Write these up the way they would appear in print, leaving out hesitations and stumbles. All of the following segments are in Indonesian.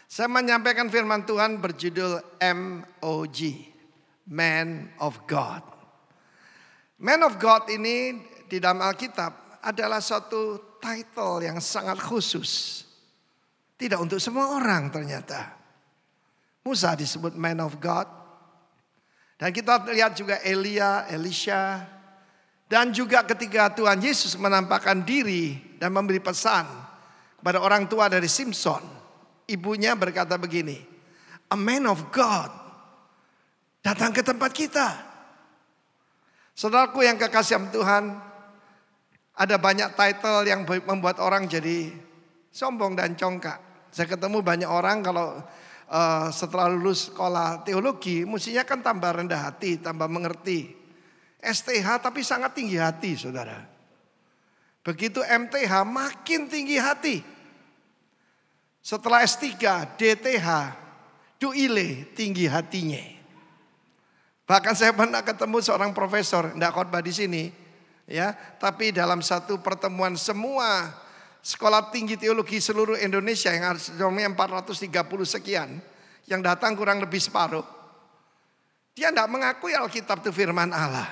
Saya menyampaikan firman Tuhan berjudul MOG, Man of God. Man of God ini di dalam Alkitab adalah suatu title yang sangat khusus. Tidak untuk semua orang ternyata. Musa disebut Man of God. Dan kita lihat juga Elia, Elisha. Dan juga ketika Tuhan Yesus menampakkan diri dan memberi pesan kepada orang tua dari Simpson. Ibunya berkata begini, a man of God datang ke tempat kita. Saudaraku yang kekasih Tuhan, ada banyak title yang membuat orang jadi sombong dan congkak. Saya ketemu banyak orang kalau setelah lulus sekolah teologi, mestinya kan tambah rendah hati, tambah mengerti. STH tapi sangat tinggi hati, saudara. Begitu MTH makin tinggi hati. Setelah S3, DTH, Duile, tinggi hatinya. Bahkan saya pernah ketemu seorang profesor, tidak khotbah di sini, ya, tapi dalam satu pertemuan semua sekolah tinggi teologi seluruh Indonesia yang jumlahnya 430 sekian, yang datang kurang lebih separuh. Dia tidak mengakui Alkitab itu firman Allah.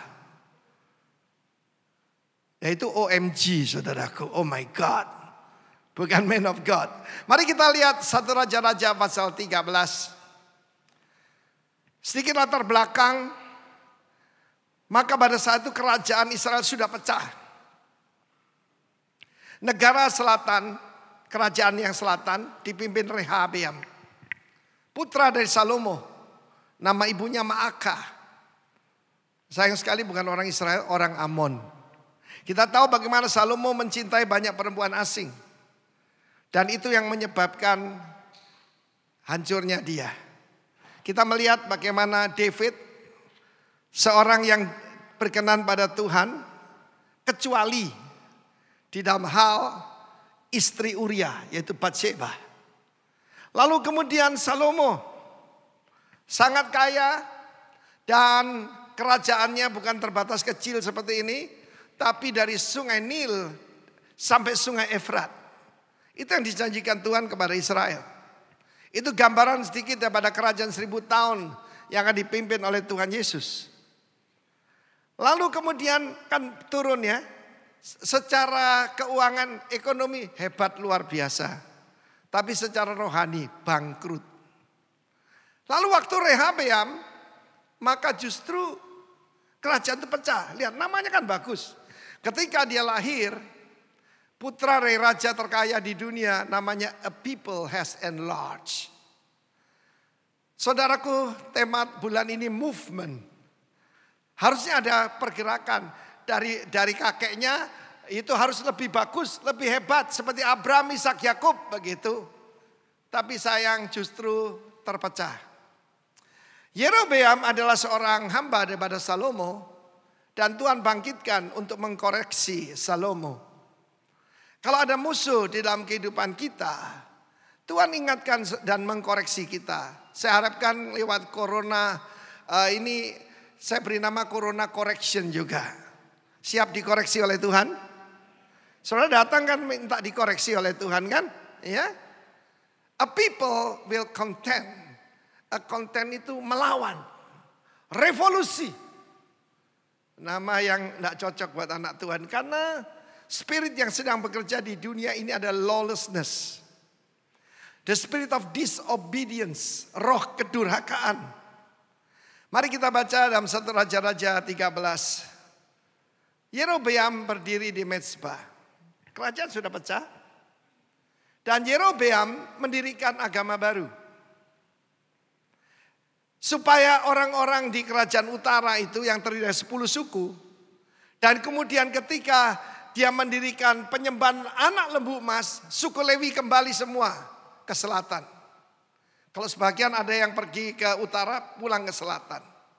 Yaitu OMG, saudaraku, oh my God. Bukan man of God. Mari kita lihat 1 Raja-Raja pasal 13. Sedikit latar belakang. Maka pada saat itu kerajaan Israel sudah pecah. Negara selatan, kerajaan yang selatan dipimpin Rehabeam. Putra dari Salomo. Nama ibunya Maakah. Sayang sekali bukan orang Israel, orang Amon. Kita tahu bagaimana Salomo mencintai banyak perempuan asing. Dan itu yang menyebabkan hancurnya dia. Kita melihat bagaimana David, seorang yang berkenan pada Tuhan, kecuali di dalam hal istri Uria, yaitu Batsheba. Lalu kemudian Salomo, sangat kaya dan kerajaannya bukan terbatas kecil seperti ini, tapi dari sungai Nil sampai sungai Efrat. Itu yang dijanjikan Tuhan kepada Israel. Itu gambaran sedikit daripada kerajaan 1000 tahun yang akan dipimpin oleh Tuhan Yesus. Lalu kemudian kan turun ya. Secara keuangan ekonomi hebat luar biasa. Tapi secara rohani bangkrut. Lalu waktu Rehabeam, maka justru kerajaan itu pecah. Lihat namanya kan bagus. Ketika dia lahir, putra dari raja terkaya di dunia namanya A People Has Enlarged. Saudaraku, tema bulan ini movement. Harusnya ada pergerakan dari kakeknya itu harus lebih bagus, lebih hebat seperti Abraham, Ishak, Yakub begitu. Tapi sayang justru terpecah. Yerobeam adalah seorang hamba daripada Salomo dan Tuhan bangkitkan untuk mengkoreksi Salomo. Kalau ada musuh di dalam kehidupan kita, Tuhan ingatkan dan mengkoreksi kita. Saya harapkan lewat corona ini saya beri nama corona correction juga. Siap dikoreksi oleh Tuhan? Saudara datang kan minta dikoreksi oleh Tuhan kan? Ya. A people will contend. A contend itu melawan. Revolusi. Nama yang tidak cocok buat anak Tuhan karena spirit yang sedang bekerja di dunia ini adalah lawlessness. The spirit of disobedience, roh kedurhakaan. Mari kita baca dalam 1 Raja-Raja 13. Yerobeam berdiri di Mezbah. Kerajaan sudah pecah. Dan Yerobeam mendirikan agama baru. Supaya orang-orang di kerajaan utara itu yang terdiri dari 10 suku. Dan kemudian ketika dia mendirikan penyembahan anak lembu emas, suku Lewi kembali semua ke selatan. Kalau sebagian ada yang pergi ke utara, pulang ke selatan.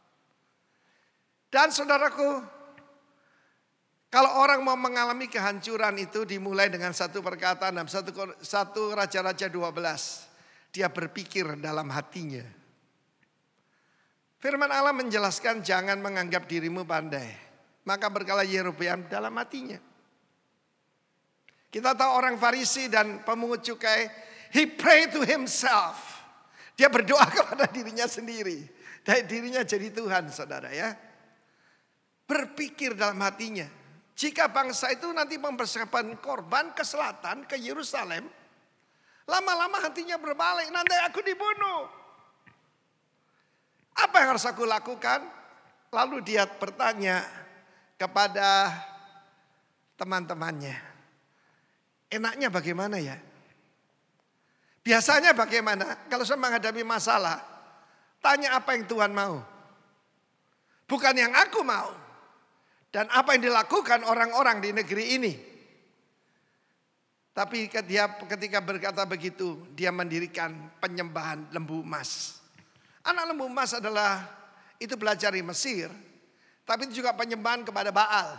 Dan saudaraku, kalau orang mau mengalami kehancuran itu dimulai dengan satu perkataan dalam satu Raja-Raja 12. Dia berpikir dalam hatinya. Firman Allah menjelaskan jangan menganggap dirimu pandai. Maka berkala Yerobeam dalam hatinya. Kita tahu orang Farisi dan pemungut cukai He pray to himself. Dia berdoa kepada dirinya sendiri. Dan dirinya jadi Tuhan, saudara ya. Berpikir dalam hatinya. Jika bangsa itu nanti mempersembahkan korban ke selatan, ke Yerusalem. Lama-lama hatinya berbalik, nanti aku dibunuh. Apa yang harus aku lakukan? Lalu dia bertanya kepada teman-temannya. Enaknya bagaimana ya? Biasanya bagaimana? Kalau saya menghadapi masalah, tanya apa yang Tuhan mau. Bukan yang aku mau. Dan apa yang dilakukan orang-orang di negeri ini. Tapi ketika berkata begitu, dia mendirikan penyembahan lembu emas. Anak lembu emas adalah, itu belajar di Mesir. Tapi itu juga penyembahan kepada Baal.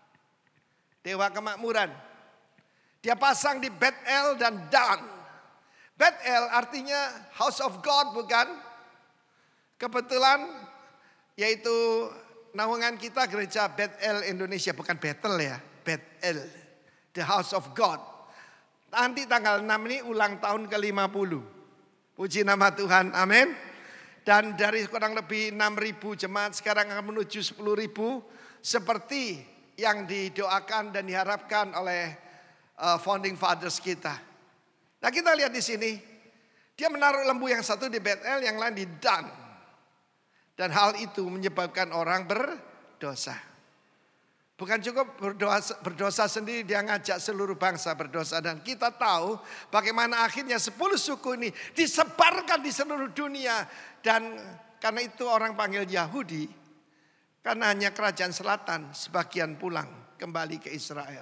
Dewa kemakmuran. Dia pasang di Bethel dan Dan. Bethel artinya house of God, bukan? Kebetulan yaitu naungan kita gereja Bethel Indonesia, bukan Bethel ya, Bethel, the house of God. Nanti tanggal 6 ini ulang tahun ke-50. Puji nama Tuhan, amin. Dan dari kurang lebih 6.000 jemaat sekarang akan menuju 10.000 seperti yang didoakan dan diharapkan oleh founding fathers kita. Nah kita lihat di sini, dia menaruh lembu yang satu di Bethel, yang lain di Dan. Dan hal itu menyebabkan orang berdosa. Bukan cukup berdosa sendiri, dia ngajak seluruh bangsa berdosa. Dan kita tahu bagaimana akhirnya 10 suku ini disebarkan di seluruh dunia. Dan karena itu orang panggil Yahudi, karena hanya kerajaan selatan sebagian pulang kembali ke Israel.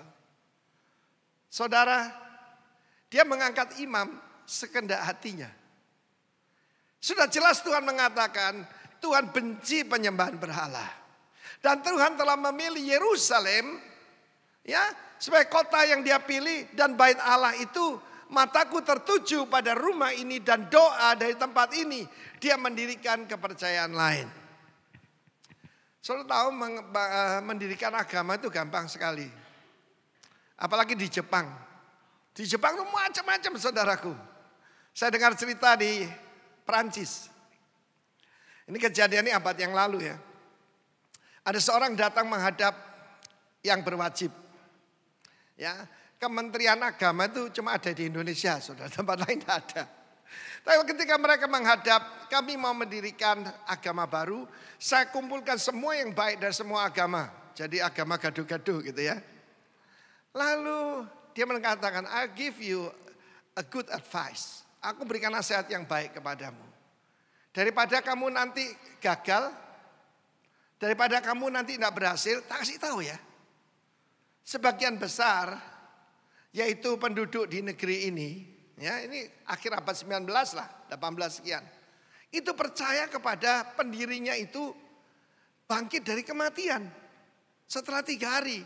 Saudara, dia mengangkat imam sekendak hatinya. Sudah jelas Tuhan mengatakan, Tuhan benci penyembahan berhala. Dan Tuhan telah memilih Yerusalem ya sebagai kota yang dia pilih, dan bait Allah itu, mataku tertuju pada rumah ini dan doa dari tempat ini. Dia mendirikan kepercayaan lain. Saudara tahu mendirikan agama itu gampang sekali. Apalagi di Jepang. Di Jepang itu macam-macam saudaraku. Saya dengar cerita di Perancis. Ini kejadiannya abad yang lalu ya. Ada seorang datang menghadap yang berwajib. Ya, Kementerian Agama itu cuma ada di Indonesia, saudara. Tempat lain tidak ada. Tapi ketika mereka menghadap, kami mau mendirikan agama baru. Saya kumpulkan semua yang baik dari semua agama. Jadi agama gaduh-gaduh gitu ya. Lalu dia mengatakan, I give you a good advice. Aku berikan nasihat yang baik kepadamu. Daripada kamu nanti gagal, daripada kamu nanti tidak berhasil, tak kasih tahu ya. Sebagian besar, yaitu penduduk di negeri ini, ya ini akhir abad 19 lah, 18 sekian. Itu percaya kepada pendirinya itu bangkit dari kematian setelah 3 hari.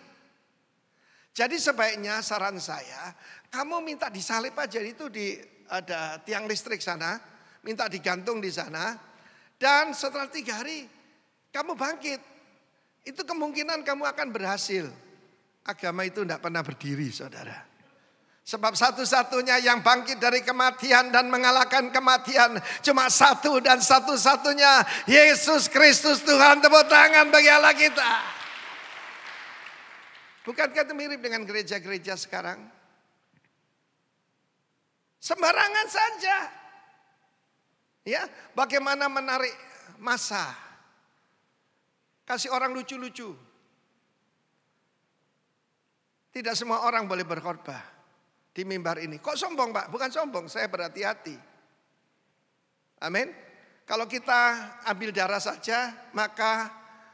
Jadi sebaiknya saran saya, kamu minta disalib aja, itu ada tiang listrik sana, minta digantung di sana. Dan setelah 3 hari kamu bangkit, itu kemungkinan kamu akan berhasil. Agama itu tidak pernah berdiri saudara. Sebab satu-satunya yang bangkit dari kematian dan mengalahkan kematian cuma satu dan satu-satunya, Yesus Kristus Tuhan. Tepuk tangan bagi Allah kita. Bukankah itu mirip dengan gereja-gereja sekarang? Sembarangan saja. Ya, bagaimana menarik massa. Kasih orang lucu-lucu. Tidak semua orang boleh berkhotbah di mimbar ini. Kok sombong Pak? Bukan sombong, saya berhati-hati. Amin. Kalau kita ambil darah saja, maka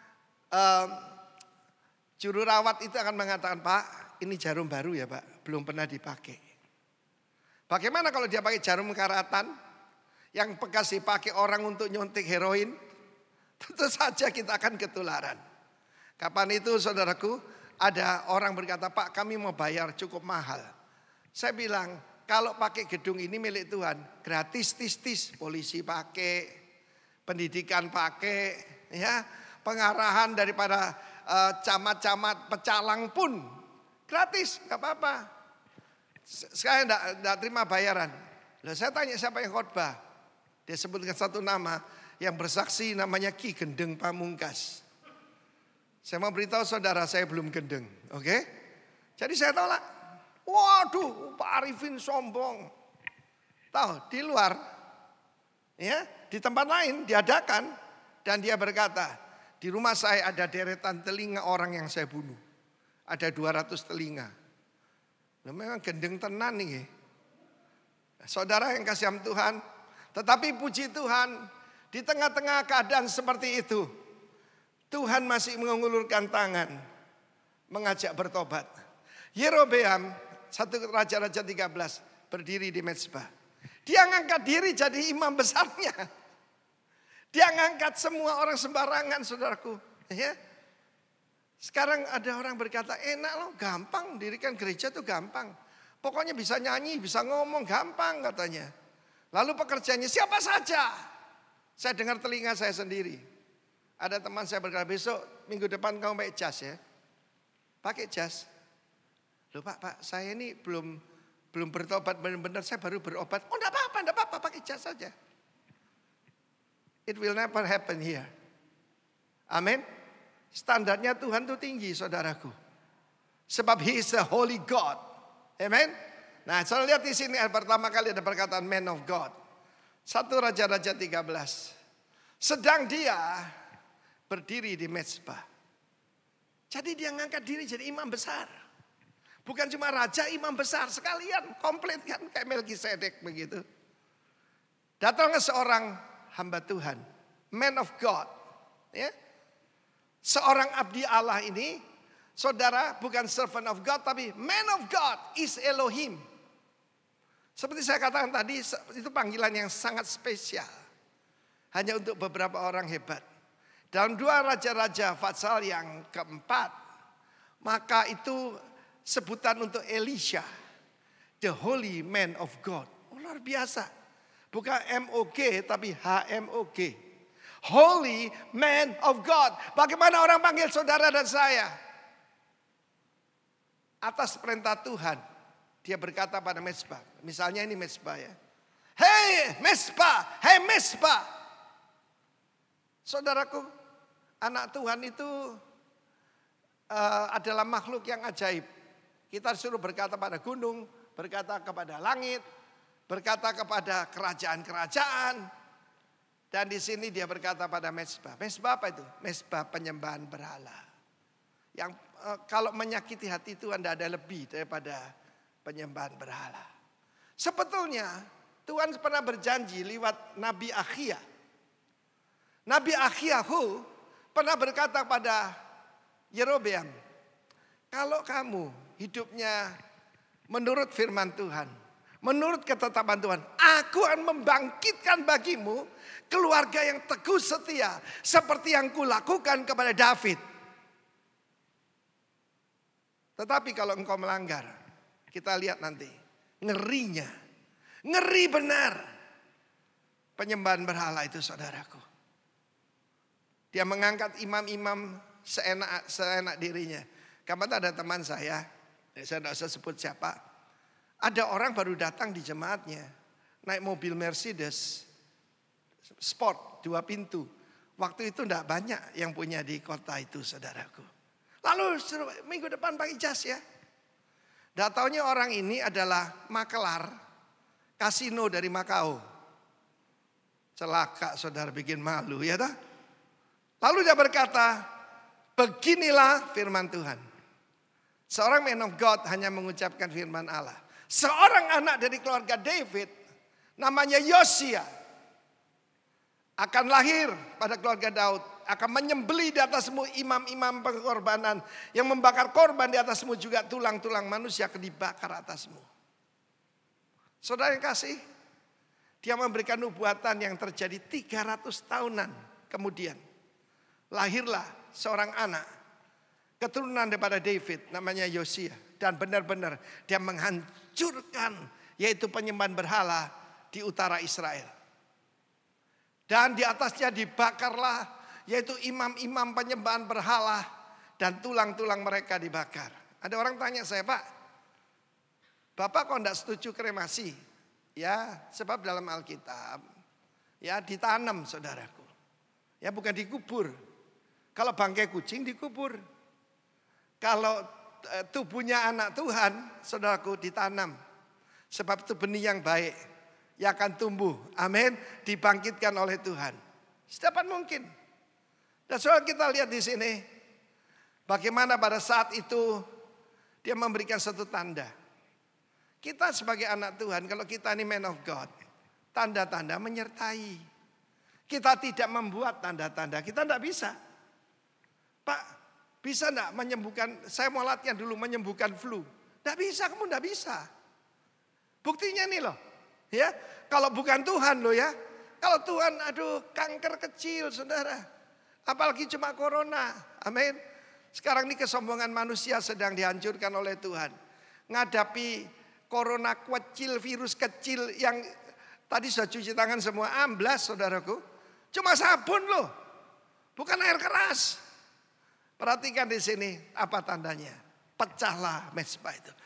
juru rawat itu akan mengatakan, Pak, ini jarum baru ya Pak, belum pernah dipakai. Bagaimana kalau dia pakai jarum karatan yang bekas dipakai orang untuk nyuntik heroin? Tentu saja kita akan ketularan. Kapan itu saudaraku, ada orang berkata, Pak kami mau bayar cukup mahal. Saya bilang, kalau pakai gedung ini milik Tuhan, gratis tis-tis, polisi pakai, pendidikan pakai, ya, pengarahan daripada camat-camat pecalang pun gratis, nggak apa-apa. Saya enggak terima bayaran. Lalu saya tanya siapa yang khotbah. Dia sebutkan satu nama yang bersaksi namanya Ki Gendeng Pamungkas. Saya mau beritahu saudara saya belum gendeng. Oke? Jadi saya tolak. Waduh Pak Arifin sombong. Tahu di luar. Ya, di tempat lain diadakan. Dan dia berkata, di rumah saya ada deretan telinga orang yang saya bunuh. Ada 200 telinga. Nah, memang gendeng tenan nih. Saudara yang kasih Tuhan. Tetapi puji Tuhan, di tengah-tengah keadaan seperti itu, Tuhan masih mengulurkan tangan, mengajak bertobat. Yerobeam, 1 Raja-Raja 13, berdiri di mezbah. Dia ngangkat diri jadi imam besarnya. Dia ngangkat semua orang sembarangan, saudaraku. Ya. Sekarang ada orang berkata, enak loh, gampang, dirikan gereja tuh gampang. Pokoknya bisa nyanyi, bisa ngomong, gampang katanya. Lalu pekerjaannya siapa saja. Saya dengar telinga saya sendiri. Ada teman saya berkata, besok minggu depan kamu pakai jas ya. Pakai jas. Loh Pak, saya ini belum bertobat benar-benar, saya baru berobat. Oh enggak apa-apa, pakai jas saja. It will never happen here. Amin. Standarnya Tuhan itu tinggi saudaraku. Sebab He is a holy God. Amen. Nah, saya lihat di sini pertama kali ada perkataan man of God. 1 Raja-Raja 13. Sedang dia berdiri di mezbah. Jadi dia ngangkat diri jadi imam besar. Bukan cuma raja, imam besar sekalian, komplit kan kayak Melkisedek begitu. Datangnya seorang hamba Tuhan, man of God, ya. Seorang abdi Allah ini, saudara, bukan servant of God tapi man of God is Elohim. Seperti saya katakan tadi, itu panggilan yang sangat spesial. Hanya untuk beberapa orang hebat. Dalam 2 Raja-Raja pasal yang keempat, maka itu sebutan untuk Elisha, the holy man of God. Oh, luar biasa. Bukan MOG tapi HMOG. Holy man of God. Bagaimana orang panggil saudara dan saya? Atas perintah Tuhan. Dia berkata pada mezbah. Misalnya ini mezbah ya. Hei mezbah. Saudaraku, anak Tuhan itu adalah makhluk yang ajaib. Kita disuruh berkata pada gunung, berkata kepada langit, berkata kepada kerajaan-kerajaan. Dan di sini dia berkata pada mezbah. Mezbah apa itu? Mezbah penyembahan berhala. Yang kalau menyakiti hati Tuhan tidak ada lebih daripada penyembahan berhala. Sebetulnya Tuhan pernah berjanji lewat Nabi Akhia. Nabi Akhiahu pernah berkata pada Yerobeam, kalau kamu hidupnya menurut firman Tuhan, menurut ketetapan Tuhan, aku akan membangkitkan bagimu keluarga yang teguh setia seperti yang kulakukan kepada David. Tetapi kalau engkau melanggar, kita lihat nanti ngerinya, ngeri benar penyembahan berhala itu saudaraku. Dia mengangkat imam-imam seenak dirinya. Kemarin ada teman saya tidak usah sebut siapa. Ada orang baru datang di jemaatnya, naik mobil Mercedes Sport 2 pintu. Waktu itu tidak banyak yang punya di kota itu saudaraku. Lalu minggu depan pakai jas ya. Dan taunya orang ini adalah makelar kasino dari Makau. Celaka saudara, bikin malu ya toh. Lalu dia berkata, beginilah firman Tuhan. Seorang man of God hanya mengucapkan firman Allah. Seorang anak dari keluarga David namanya Yosia akan lahir pada keluarga Daud. Akan menyembelih di atasmu imam-imam pengorbanan. Yang membakar korban di atasmu juga tulang-tulang manusia akan dibakar atasmu. Saudara yang kasih, dia memberikan nubuatan yang terjadi 300 tahunan kemudian. Lahirlah seorang anak keturunan daripada David namanya Yosia. Dan benar-benar dia menghancurkan yaitu penyembahan berhala di utara Israel. Dan di atasnya dibakarlah yaitu imam-imam penyembahan berhala dan tulang-tulang mereka dibakar. Ada orang tanya saya, Pak, Bapak kok enggak setuju kremasi? Ya, sebab dalam Alkitab ya ditanam saudaraku. Ya bukan dikubur. Kalau bangkai kucing dikubur. Kalau tubuhnya anak Tuhan, saudaraku, ditanam. Sebab itu benih yang baik yang akan tumbuh. Amin. Dibangkitkan oleh Tuhan. Sedapat mungkin. Dan saudara, kita lihat di sini bagaimana pada saat itu dia memberikan satu tanda. Kita sebagai anak Tuhan, kalau kita ini man of God, tanda-tanda menyertai. Kita tidak membuat tanda-tanda, kita tidak bisa. Pak, bisa enggak menyembuhkan, saya mau latihan dulu menyembuhkan flu. Enggak bisa, kamu enggak bisa. Buktinya nih loh, ya. Kalau bukan Tuhan loh ya. Kalau Tuhan, aduh, kanker kecil saudara. Apalagi cuma corona, amin. Sekarang ini kesombongan manusia sedang dihancurkan oleh Tuhan. Ngadapi corona kecil, virus kecil yang tadi sudah cuci tangan semua, amblas saudaraku. Cuma sabun loh, bukan air keras. Perhatikan di sini apa tandanya. Pecahlah mezbah itu.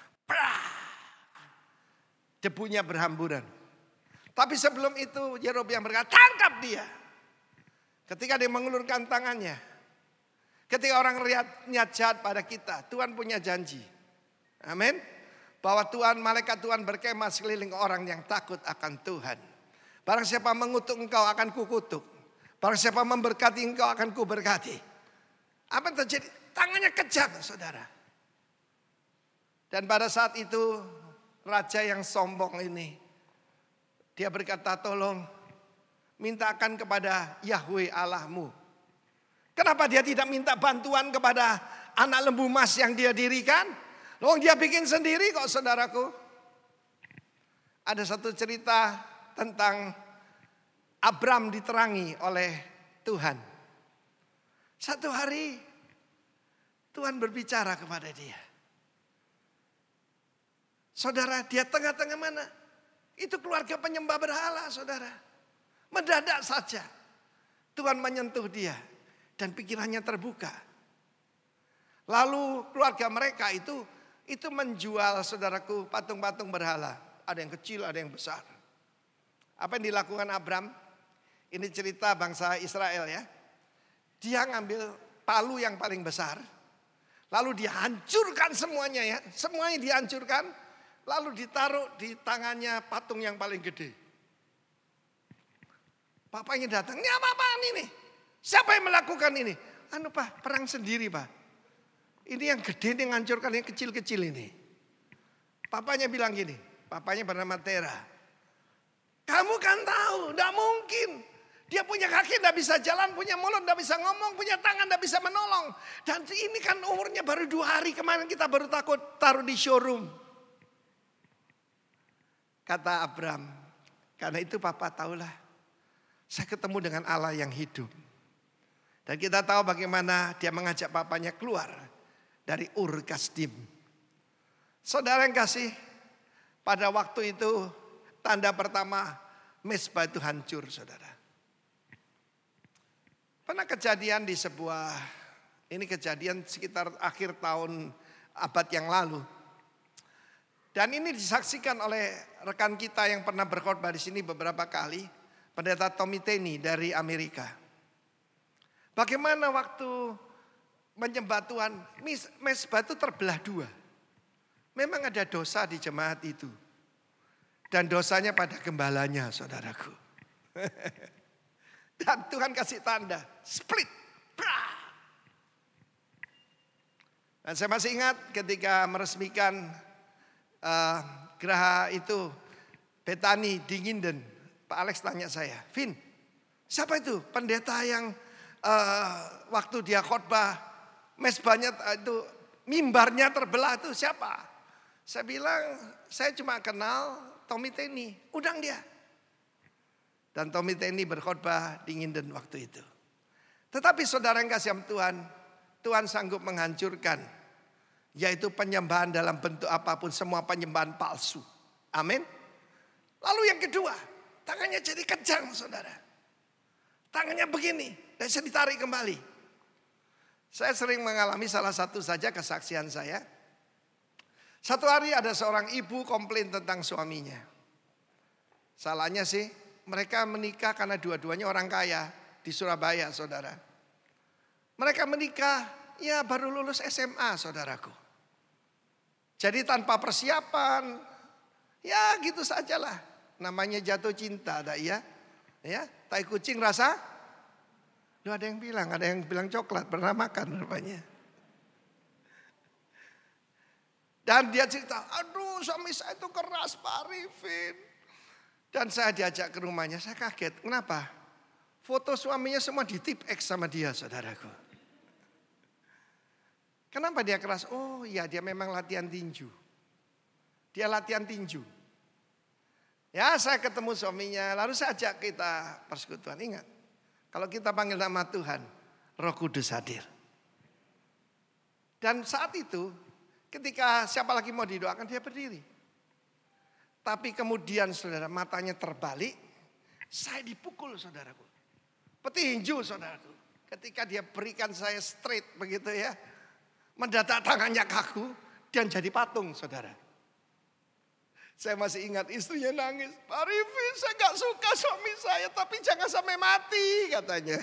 Debunya berhamburan. Tapi sebelum itu Yerobeam berkata, tangkap dia. Ketika dia mengulurkan tangannya. Ketika orang niat jahat pada kita, Tuhan punya janji. Amin. Bahwa Tuhan, malaikat Tuhan berkemah sekeliling orang yang takut akan Tuhan. Barang siapa mengutuk engkau akan kukutuk. Barang siapa memberkati engkau akan kuberkati. Apa yang terjadi? Tangannya kejam saudara. Dan pada saat itu raja yang sombong ini, dia berkata, tolong mintakan kepada Yahweh Allahmu. Kenapa dia tidak minta bantuan kepada anak lembu emas yang dia dirikan? Loh, dia bikin sendiri kok saudaraku. Ada satu cerita tentang Abram diterangi oleh Tuhan. Satu hari Tuhan berbicara kepada dia. Saudara, dia tengah-tengah mana? Itu keluarga penyembah berhala saudara. Mendadak saja Tuhan menyentuh dia dan pikirannya terbuka. Lalu keluarga mereka itu menjual saudaraku patung-patung berhala. Ada yang kecil, ada yang besar. Apa yang dilakukan Abram? Ini cerita bangsa Israel ya. Dia ngambil palu yang paling besar. Lalu dia hancurkan semuanya ya. Semuanya dihancurkan. Lalu ditaruh di tangannya patung yang paling gede. Bapaknya datang, ini apa-apaan ini? Siapa yang melakukan ini? Anu Pak, perang sendiri Pak. Ini yang gede ini menghancurkan yang kecil-kecil ini. Papanya bilang gini, papanya bernama Tera. Kamu kan tahu, tidak mungkin. Dia punya kaki tidak bisa jalan, punya mulut tidak bisa ngomong, punya tangan tidak bisa menolong. Dan ini kan umurnya baru 2 hari, kemarin kita baru takut taruh di showroom. Kata Abram, karena itu Papa tahulah, saya ketemu dengan Allah yang hidup. Dan kita tahu bagaimana dia mengajak papanya keluar dari Ur Kasdim. Saudara yang kasih, pada waktu itu tanda pertama mezbah itu hancur saudara. Pernah kejadian di ini kejadian sekitar akhir tahun abad yang lalu. Dan ini disaksikan oleh rekan kita yang pernah berkhotbah di sini beberapa kali. Pendeta Tommy Tenney dari Amerika. Bagaimana waktu menyembah Tuhan, mezbah itu terbelah 2. Memang ada dosa di jemaat itu. Dan dosanya pada gembalanya saudaraku. Dan Tuhan kasih tanda, split. Dan saya masih ingat ketika meresmikan geraha itu, Bethany di Nginden, Pak Alex tanya saya, Vin, siapa itu pendeta yang waktu dia khotbah, mezbahnya itu, mimbarnya terbelah itu siapa? Saya bilang, saya cuma kenal Tommy Tenney, undang dia. Dan Tommy Tenney berkhotbah di Nginden waktu itu. Tetapi saudara yang kasih Tuhan, Tuhan sanggup menghancurkan. Yaitu penyembahan dalam bentuk apapun, semua penyembahan palsu. Amin. Lalu yang kedua, tangannya jadi kejang saudara. Tangannya begini, dan saya ditarik kembali. Saya sering mengalami salah satu saja kesaksian saya. Satu hari ada seorang ibu komplain tentang suaminya. Salahnya sih mereka menikah karena dua-duanya orang kaya di Surabaya, saudara. Mereka menikah ya baru lulus SMA, saudaraku. Jadi tanpa persiapan, ya gitu sajalah. Namanya jatuh cinta, tak ya? Ya, tai kucing rasa. Loh, ada yang bilang coklat, pernah makan rupanya. Dan dia cerita, aduh suami saya itu keras Pak Arifin. Dan saya diajak ke rumahnya, saya kaget. Kenapa? Foto suaminya semua di tip X sama dia, saudaraku. Kenapa dia keras? Oh iya, dia memang latihan tinju. Dia latihan tinju. Ya, saya ketemu suaminya, lalu saya ajak kita persekutuan. Ingat, kalau kita panggil nama Tuhan, Roh Kudus hadir. Dan saat itu, ketika siapa lagi mau didoakan, dia berdiri. Tapi kemudian saudara, matanya terbalik, saya dipukul saudaraku. Petinju saudaraku. Ketika dia berikan saya straight begitu ya, mendadak tangannya kaku dan jadi patung saudara. Saya masih ingat istrinya nangis. Pak Arifin, saya gak suka suami saya, tapi jangan sampai mati katanya.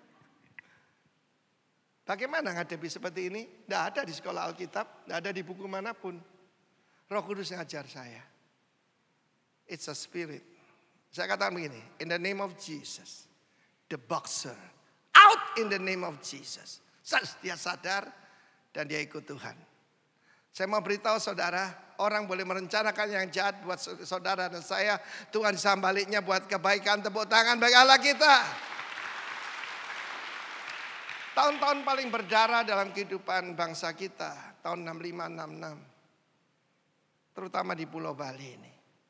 Bagaimana ngadepi seperti ini? Tidak ada di sekolah Alkitab, tidak ada di buku manapun. Roh Kudus ngajar saya. It's a spirit. Saya katakan begini, in the name of Jesus, the boxer, out in the name of Jesus. Dia sadar dan dia ikut Tuhan. Saya mau beritahu saudara, orang boleh merencanakan yang jahat buat saudara dan saya. Tuhan sambaliknya buat kebaikan, tepuk tangan bagi Allah kita. Tahun-tahun paling berdarah dalam kehidupan bangsa kita. Tahun 65-66. Terutama di Pulau Bali ini.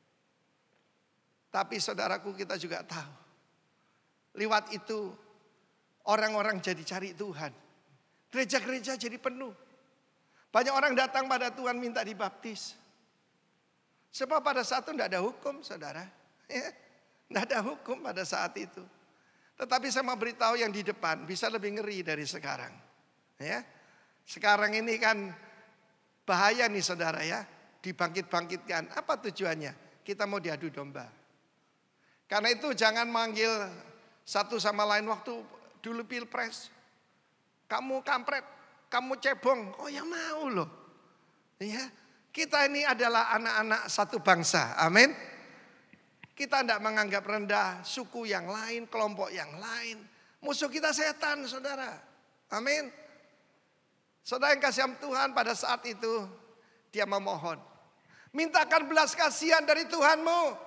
Tapi saudaraku kita juga tahu. Lewat itu orang-orang jadi cari Tuhan. Gereja-gereja jadi penuh. Banyak orang datang pada Tuhan minta dibaptis. Sebab pada saat itu tidak ada hukum saudara. Tidak ada hukum pada saat itu. Tetapi saya mau beritahu yang di depan bisa lebih ngeri dari sekarang. Ya, sekarang ini kan bahaya nih saudara ya. Dibangkit-bangkitkan. Apa tujuannya? Kita mau diadu domba. Karena itu jangan manggil satu sama lain waktu dulu pilpres. Kamu kampret, kamu cebong. Oh ya mau loh. Ya, kita ini adalah anak-anak satu bangsa. Amin. Kita tidak menganggap rendah suku yang lain, kelompok yang lain. Musuh kita setan, saudara. Amin. Saudara yang kasih Tuhan pada saat itu, dia memohon. Mintakan belas kasihan dari Tuhanmu.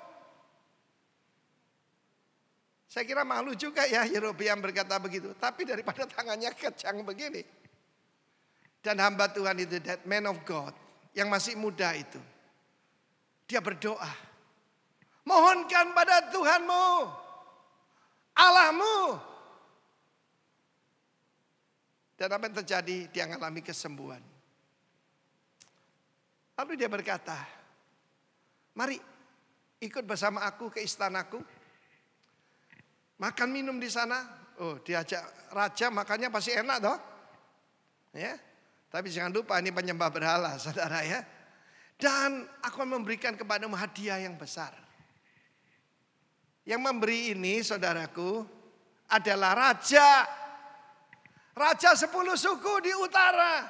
Saya kira malu juga ya Yerobeam berkata begitu. Tapi daripada tangannya kejang begini. Dan hamba Tuhan itu, that man of God, yang masih muda itu. Dia berdoa. Mohonkan pada Tuhanmu, Allahmu. Dan apa yang terjadi? Dia mengalami kesembuhan. Lalu dia berkata, mari ikut bersama aku ke istanaku. Makan minum di sana. Oh, diajak raja makannya pasti enak toh. Ya. Tapi jangan lupa ini penyembah berhala, saudara ya. Dan aku akan memberikan kepadamu hadiah yang besar. Yang memberi ini saudaraku adalah raja. Raja 10 suku di utara.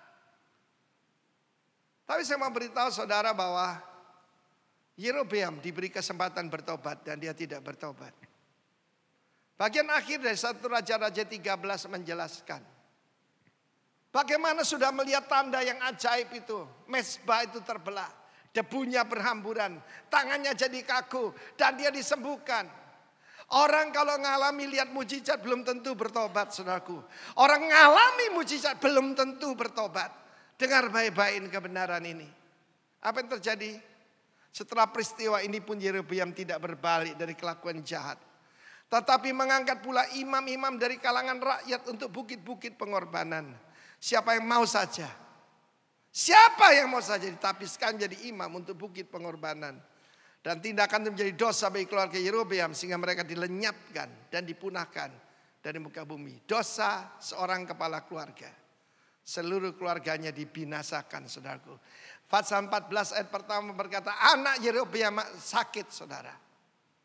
Tapi saya mau beritahu saudara bahwa Yerobeam diberi kesempatan bertobat dan dia tidak bertobat. Bagian akhir dari 1 Raja-Raja 13 menjelaskan. Bagaimana sudah melihat tanda yang ajaib itu. Mezbah itu terbelah. Debunya berhamburan. Tangannya jadi kaku. Dan dia disembuhkan. Orang kalau ngalami lihat mujizat belum tentu bertobat saudaraku. Orang ngalami mujizat belum tentu bertobat. Dengar baik-baik kebenaran ini. Apa yang terjadi? Setelah peristiwa ini pun Yerobeam tidak berbalik dari kelakuan jahat. Tetapi mengangkat pula imam-imam dari kalangan rakyat untuk bukit-bukit pengorbanan. Siapa yang mau saja. Siapa yang mau saja ditapiskan jadi imam untuk bukit pengorbanan. Dan tindakan itu menjadi dosa bagi keluarga Yerobeam. Sehingga mereka dilenyapkan dan dipunahkan dari muka bumi. Dosa seorang kepala keluarga. Seluruh keluarganya dibinasakan saudaraku. Fatsal 14 ayat pertama berkata anak Yerobeam sakit saudara.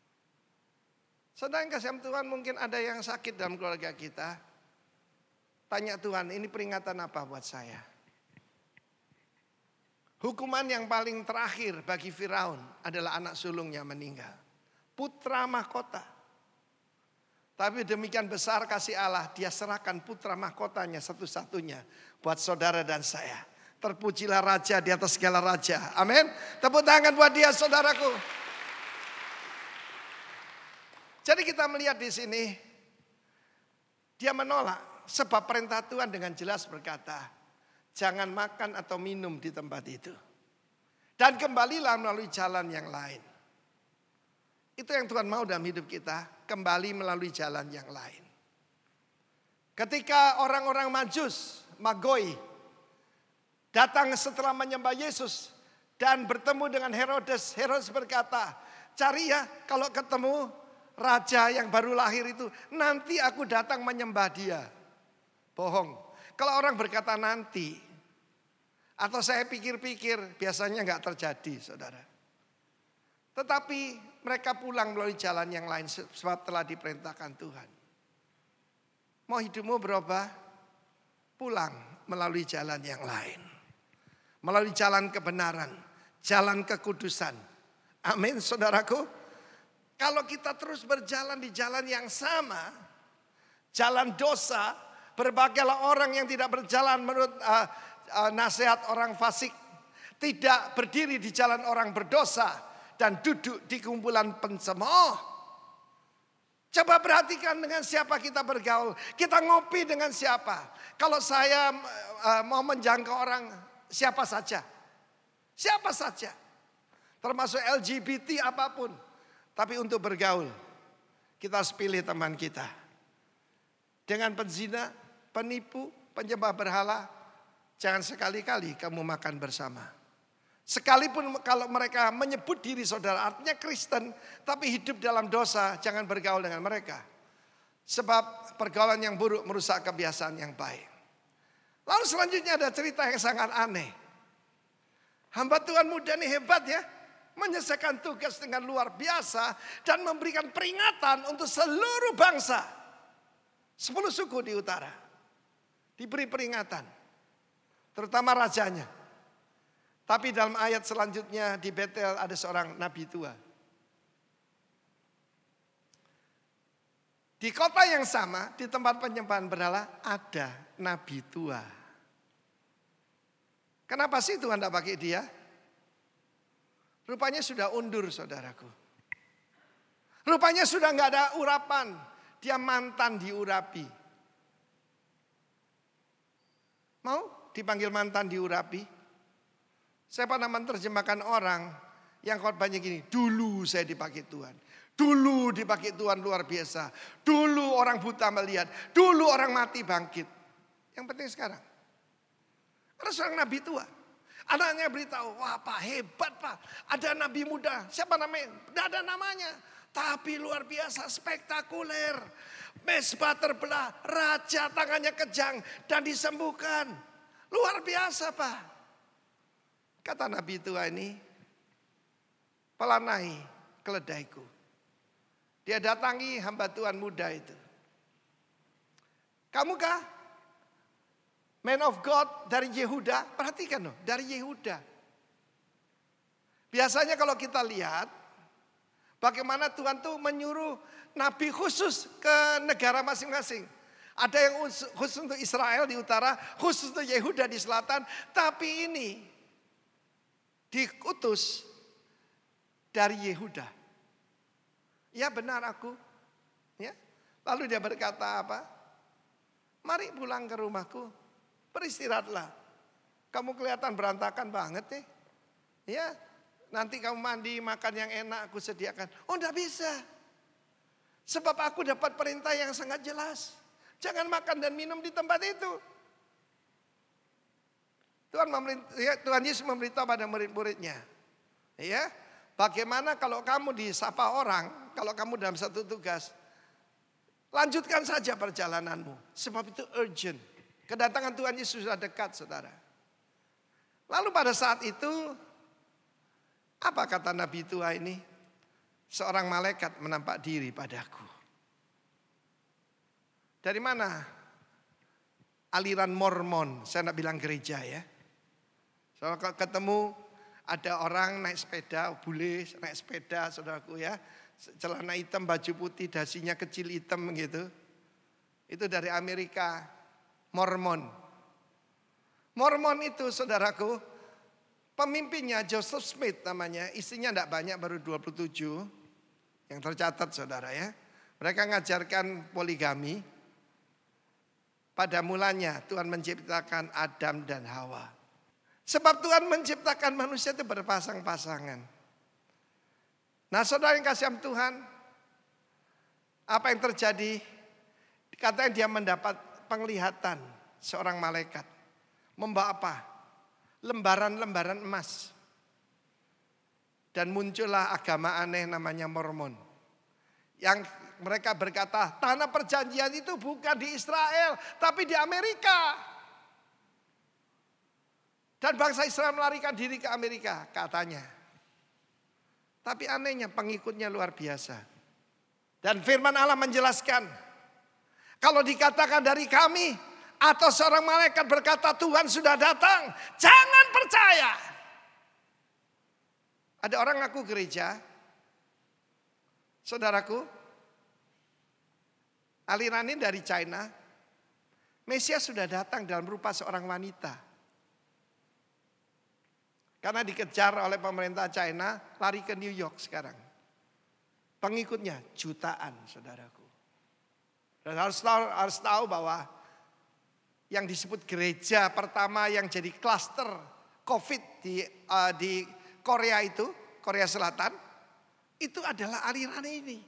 Saudara yang kasih Tuhan, mungkin ada yang sakit dalam keluarga kita. Tanya Tuhan, ini peringatan apa buat saya? Hukuman yang paling terakhir bagi Firaun adalah anak sulungnya meninggal. Putra mahkota. Tapi demikian besar kasih Allah, dia serahkan putra mahkotanya satu-satunya buat saudara dan saya. Terpujilah raja di atas segala raja. Amin. Tepuk tangan buat dia, saudaraku. Jadi kita melihat di sini, dia menolak sebab perintah Tuhan dengan jelas berkata, jangan makan atau minum di tempat itu. Dan kembalilah melalui jalan yang lain. Itu yang Tuhan mau dalam hidup kita, kembali melalui jalan yang lain. Ketika orang-orang Majus, Magoi, datang setelah menyembah Yesus dan bertemu dengan Herodes, Herodes berkata, cari ya kalau ketemu raja yang baru lahir itu, nanti aku datang menyembah dia. Bohong. Kalau orang berkata nanti, atau saya pikir-pikir, biasanya nggak terjadi, saudara. Tetapi mereka pulang melalui jalan yang lain sebab telah diperintahkan Tuhan. Mau hidupmu berubah? Pulang melalui jalan yang lain. Melalui jalan kebenaran, jalan kekudusan. Amin, saudaraku. Kalau kita terus berjalan di jalan yang sama, jalan dosa, berbagailah orang yang tidak berjalan menurut nasihat orang fasik, tidak berdiri di jalan orang berdosa, dan duduk di kumpulan pencemooh. Coba perhatikan dengan siapa kita bergaul, kita ngopi dengan siapa. Kalau saya mau menjangkau orang, siapa saja, termasuk LGBT apapun. Tapi untuk bergaul, kita harus pilih teman kita. Dengan penzina, penipu, penyembah berhala, jangan sekali-kali kamu makan bersama. Sekalipun kalau mereka menyebut diri saudara, artinya Kristen, tapi hidup dalam dosa, jangan bergaul dengan mereka. Sebab pergaulan yang buruk merusak kebiasaan yang baik. Lalu selanjutnya ada cerita yang sangat aneh. Hamba Tuhan muda ini hebat ya. Menyelesaikan tugas dengan luar biasa dan memberikan peringatan untuk seluruh bangsa. 10 suku di utara diberi peringatan, terutama rajanya. Tapi dalam ayat selanjutnya di Betel ada seorang nabi tua. Di kota yang sama, di tempat penyembahan berhala ada nabi tua. Kenapa sih Tuhan tidak pakai dia? Rupanya sudah undur, saudaraku. Rupanya sudah nggak ada urapan. Dia mantan diurapi. Mau dipanggil mantan diurapi? Saya pernah menerjemahkan orang yang khotbahnya gini. Dulu saya dipakai Tuhan. Dulu dipakai Tuhan luar biasa. Dulu orang buta melihat. Dulu orang mati bangkit. Yang penting sekarang. Ada seorang nabi tua. Anaknya beritahu, wah Pak hebat Pak. Ada nabi muda, siapa namanya? Tidak ada namanya. Tapi luar biasa, spektakuler. Mesbah terbelah, raja tangannya kejang dan disembuhkan. Luar biasa Pak. Kata nabi tua ini, pelanai keledaiku. Dia datangi hamba Tuhan muda itu. Kamukah man of God dari Yehuda? Perhatikan loh, dari Yehuda. Biasanya kalau kita lihat bagaimana Tuhan tuh menyuruh nabi khusus ke negara masing-masing. Ada yang khusus untuk Israel di utara, khusus untuk Yehuda di selatan. Tapi ini diutus dari Yehuda. Ya benar aku. Ya. Lalu dia berkata apa? Mari pulang ke rumahku. Beristirahatlah. Kamu kelihatan berantakan banget nih. Ya, nanti kamu mandi, makan yang enak aku sediakan. Oh enggak bisa. Sebab aku dapat perintah yang sangat jelas. Jangan makan dan minum di tempat itu. Tuhan Yesus memberitahu pada murid-muridnya. Ya, bagaimana kalau kamu disapa orang, kalau kamu dalam satu tugas, lanjutkan saja perjalananmu. Sebab itu urgent. Kedatangan Tuhan Yesus sudah dekat, saudara. Lalu pada saat itu, apa kata nabi tua ini? Seorang malaikat menampak diri padaku. Dari mana? Aliran Mormon. Saya tidak bilang gereja ya. Soalnya kalau ketemu ada orang naik sepeda, bule naik sepeda saudaraku ya. Celana hitam, baju putih, dasinya kecil hitam gitu. Itu dari Amerika, Mormon. Mormon itu saudaraku, pemimpinnya Joseph Smith namanya, istrinya tidak banyak, baru 27 yang tercatat saudara ya. Mereka ngajarkan poligami. Pada mulanya Tuhan menciptakan Adam dan Hawa. Sebab Tuhan menciptakan manusia itu berpasang-pasangan. Nah saudara yang kasih Tuhan, apa yang terjadi? Katanya dia mendapat penglihatan seorang malaikat. Membawa apa? Lembaran-lembaran emas. Dan muncullah agama aneh namanya Mormon. Yang mereka berkata, tanah perjanjian itu bukan di Israel, tapi di Amerika. Dan bangsa Israel melarikan diri ke Amerika, katanya. Tapi anehnya pengikutnya luar biasa. Dan firman Allah menjelaskan, kalau dikatakan dari kami, atau seorang malaikat berkata Tuhan sudah datang, jangan percaya. Ada orang ngaku gereja, saudaraku, aliran ini dari China. Mesias sudah datang dalam rupa seorang wanita. Karena dikejar oleh pemerintah China, lari ke New York sekarang. Pengikutnya jutaan saudaraku. Dan harus tahu bahwa yang disebut gereja pertama yang jadi klaster COVID di Korea itu, Korea Selatan, itu adalah aliran ini.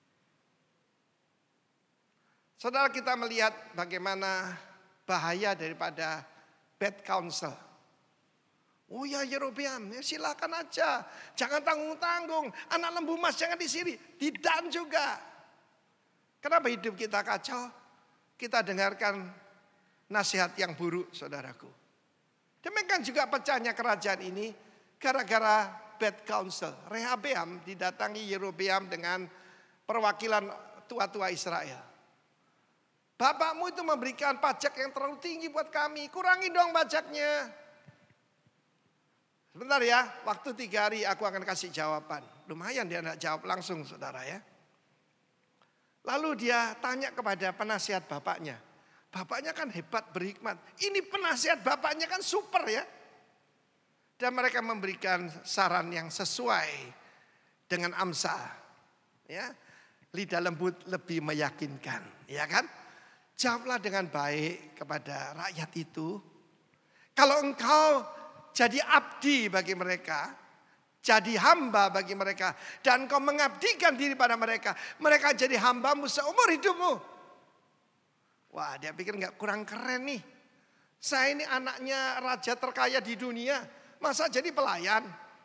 Saudara, kita melihat bagaimana bahaya daripada bad counsel. Oh ya Yerobeam, ya silakan aja. Jangan tanggung-tanggung. Anak lembu emas jangan di sini. Tidak juga. Kenapa hidup kita kacau? Kita dengarkan nasihat yang buruk saudaraku. Demikian juga pecahnya kerajaan ini gara-gara bad counsel. Rehabeam didatangi Yerobeam dengan perwakilan tua-tua Israel. Bapakmu itu memberikan pajak yang terlalu tinggi buat kami. Kurangi dong pajaknya. Sebentar ya, waktu 3 hari aku akan kasih jawaban. Lumayan dia tidak jawab langsung saudara ya. Lalu dia tanya kepada penasihat bapaknya. Bapaknya kan hebat, berhikmat. Ini penasihat bapaknya kan super ya. Dan mereka memberikan saran yang sesuai dengan Amsal. Ya, lidah lembut lebih meyakinkan. Ya kan? Jawablah dengan baik kepada rakyat itu. Kalau engkau jadi abdi bagi mereka, jadi hamba bagi mereka, dan kau mengabdikan diri pada mereka, mereka jadi hambamu seumur hidupmu. Wah, dia pikir nggak kurang keren nih. Saya ini anaknya raja terkaya di dunia, masa jadi pelayan?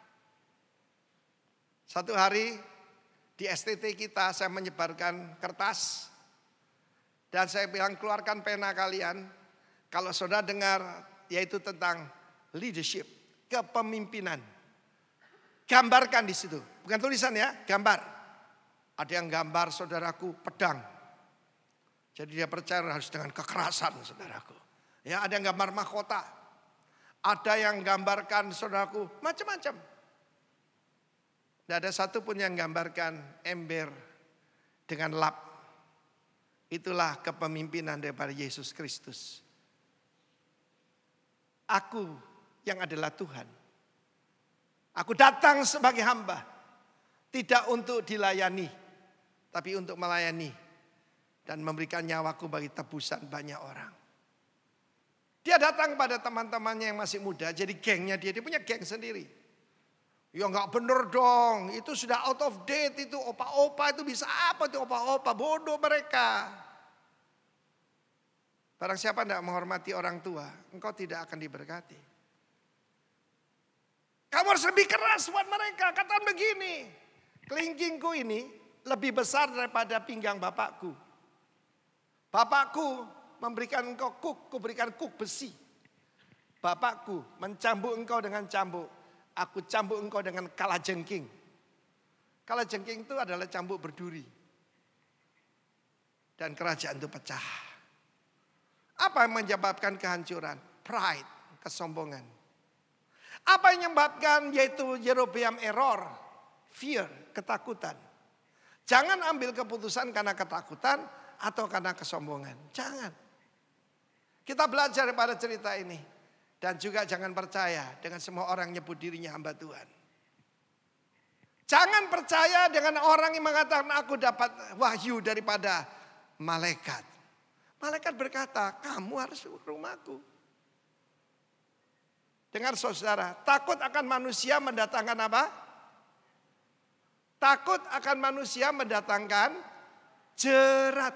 Satu hari di STT kita saya menyebarkan kertas. Dan saya bilang keluarkan pena kalian. Kalau saudara dengar yaitu tentang leadership, kepemimpinan. Gambarkan di situ. Bukan tulisan ya, gambar. Ada yang gambar saudaraku pedang. Jadi dia percaya harus dengan kekerasan saudaraku. Ya, ada yang gambar mahkota. Ada yang gambarkan saudaraku macam-macam. Tidak ada satu pun yang gambarkan ember dengan lap. Itulah kepemimpinan daripada Yesus Kristus. Aku yang adalah Tuhan. Aku datang sebagai hamba. Tidak untuk dilayani. Tapi untuk melayani. Dan memberikan nyawaku bagi tebusan banyak orang. Dia datang pada teman-temannya yang masih muda. Jadi gengnya dia punya geng sendiri. Ya gak bener dong. Itu sudah out of date. Itu opa-opa itu bisa apa itu opa-opa. Bodoh mereka. Barang siapa tidak menghormati orang tua, engkau tidak akan diberkati. Kamu harus lebih keras buat mereka. Katakan begini, kelingkingku ini lebih besar daripada pinggang bapakku. Bapakku memberikan engkau kuk, kuberikan kuk besi. Bapakku mencambuk engkau dengan cambuk. Aku cambuk engkau dengan kalajengking. Kalajengking itu adalah cambuk berduri. Dan kerajaan itu pecah. Apa yang menyebabkan kehancuran? Pride, kesombongan. Apa yang menyebabkan? Yaitu Yerobeam error, fear, ketakutan. Jangan ambil keputusan karena ketakutan atau karena kesombongan. Jangan. Kita belajar pada cerita ini. Dan juga jangan percaya dengan semua orang nyebut dirinya hamba Tuhan. Jangan percaya dengan orang yang mengatakan aku dapat wahyu daripada malaikat. Malaikat berkata, kamu harus ke rumahku. Dengar saudara, takut akan manusia mendatangkan apa? Takut akan manusia mendatangkan jerat.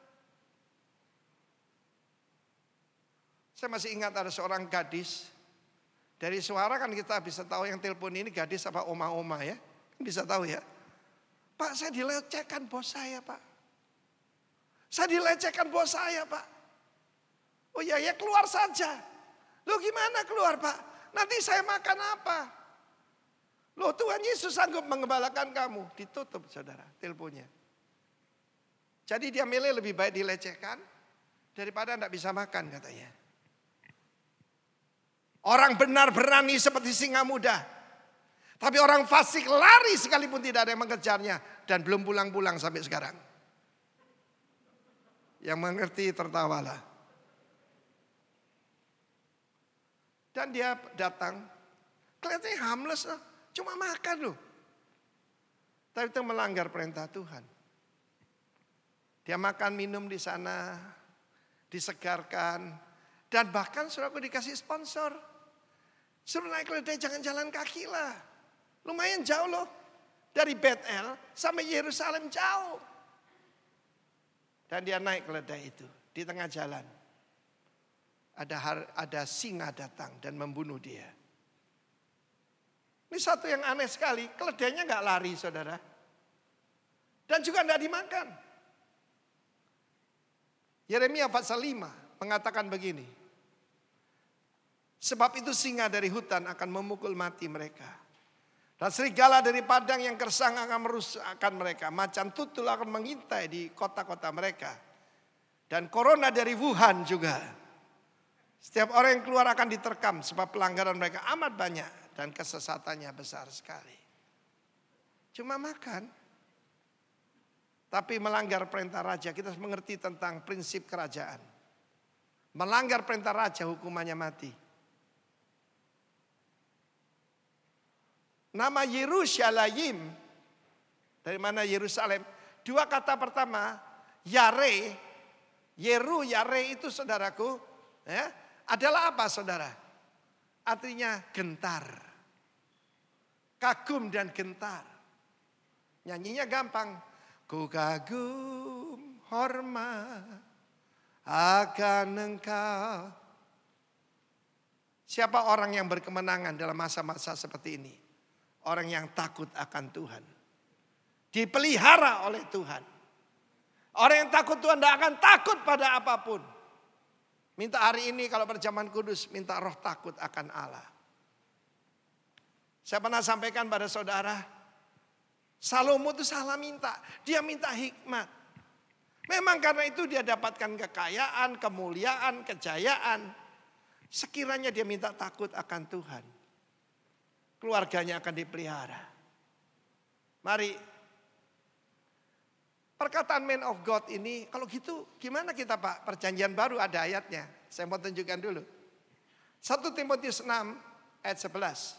Saya masih ingat ada seorang gadis. Dari suara kan kita bisa tahu yang telepon ini gadis apa oma-oma ya. Bisa tahu ya. Pak, saya dilecehkan bos saya, Pak. Saya dilecehkan bos saya, Pak. Oh iya, ya keluar saja. Loh gimana keluar, Pak? Nanti saya makan apa? Loh Tuhan Yesus sanggup mengembalakan kamu. Ditutup saudara teleponnya. Jadi dia milih lebih baik dilecehkan daripada tidak bisa makan katanya. Orang benar berani seperti singa muda. Tapi orang fasik lari sekalipun tidak ada yang mengejarnya. Dan belum pulang-pulang sampai sekarang. Yang mengerti tertawalah. Dan dia datang. Kelihatannya harmless. Cuma makan loh. Tapi itu melanggar perintah Tuhan. Dia makan minum di sana. Disegarkan. Dan bahkan saudaraku dikasih sponsor. Suruh naik keledai jangan jalan kaki lah. Lumayan jauh loh. Dari Betel sampai Yerusalem jauh. Dan dia naik keledai itu. Di tengah jalan. Ada singa datang dan membunuh dia. Ini satu yang aneh sekali. Keledainya gak lari saudara. Dan juga gak dimakan. Yeremia pasal 5 mengatakan begini. Sebab itu singa dari hutan akan memukul mati mereka. Dan serigala dari padang yang gersang akan merusakkan mereka. Macan tutul akan mengintai di kota-kota mereka. Dan corona dari Wuhan juga. Setiap orang yang keluar akan diterkam. Sebab pelanggaran mereka amat banyak. Dan kesesatannya besar sekali. Cuma makan. Tapi melanggar perintah raja. Kita harus mengerti tentang prinsip kerajaan. Melanggar perintah raja hukumannya mati. Nama Yerusalem, dari mana Yerusalem? Dua kata pertama, Yare, Yare itu saudaraku, ya, adalah apa saudara? Artinya gentar, kagum dan gentar. Nyanyinya gampang, ku kagum hormat akan engkau. Siapa orang yang berkemenangan dalam masa-masa seperti ini? Orang yang takut akan Tuhan. Dipelihara oleh Tuhan. Orang yang takut Tuhan tidak akan takut pada apapun. Minta hari ini kalau perjamuan kudus. Minta roh takut akan Allah. Saya pernah sampaikan pada saudara. Salomo itu salah minta. Dia minta hikmat. Memang karena itu dia dapatkan kekayaan, kemuliaan, kejayaan. Sekiranya dia minta takut akan Tuhan. Keluarganya akan dipelihara. Mari. Perkataan man of God ini. Kalau gitu gimana kita Pak? Perjanjian baru ada ayatnya. Saya mau tunjukkan dulu. 1 Timotius 6 ayat 11.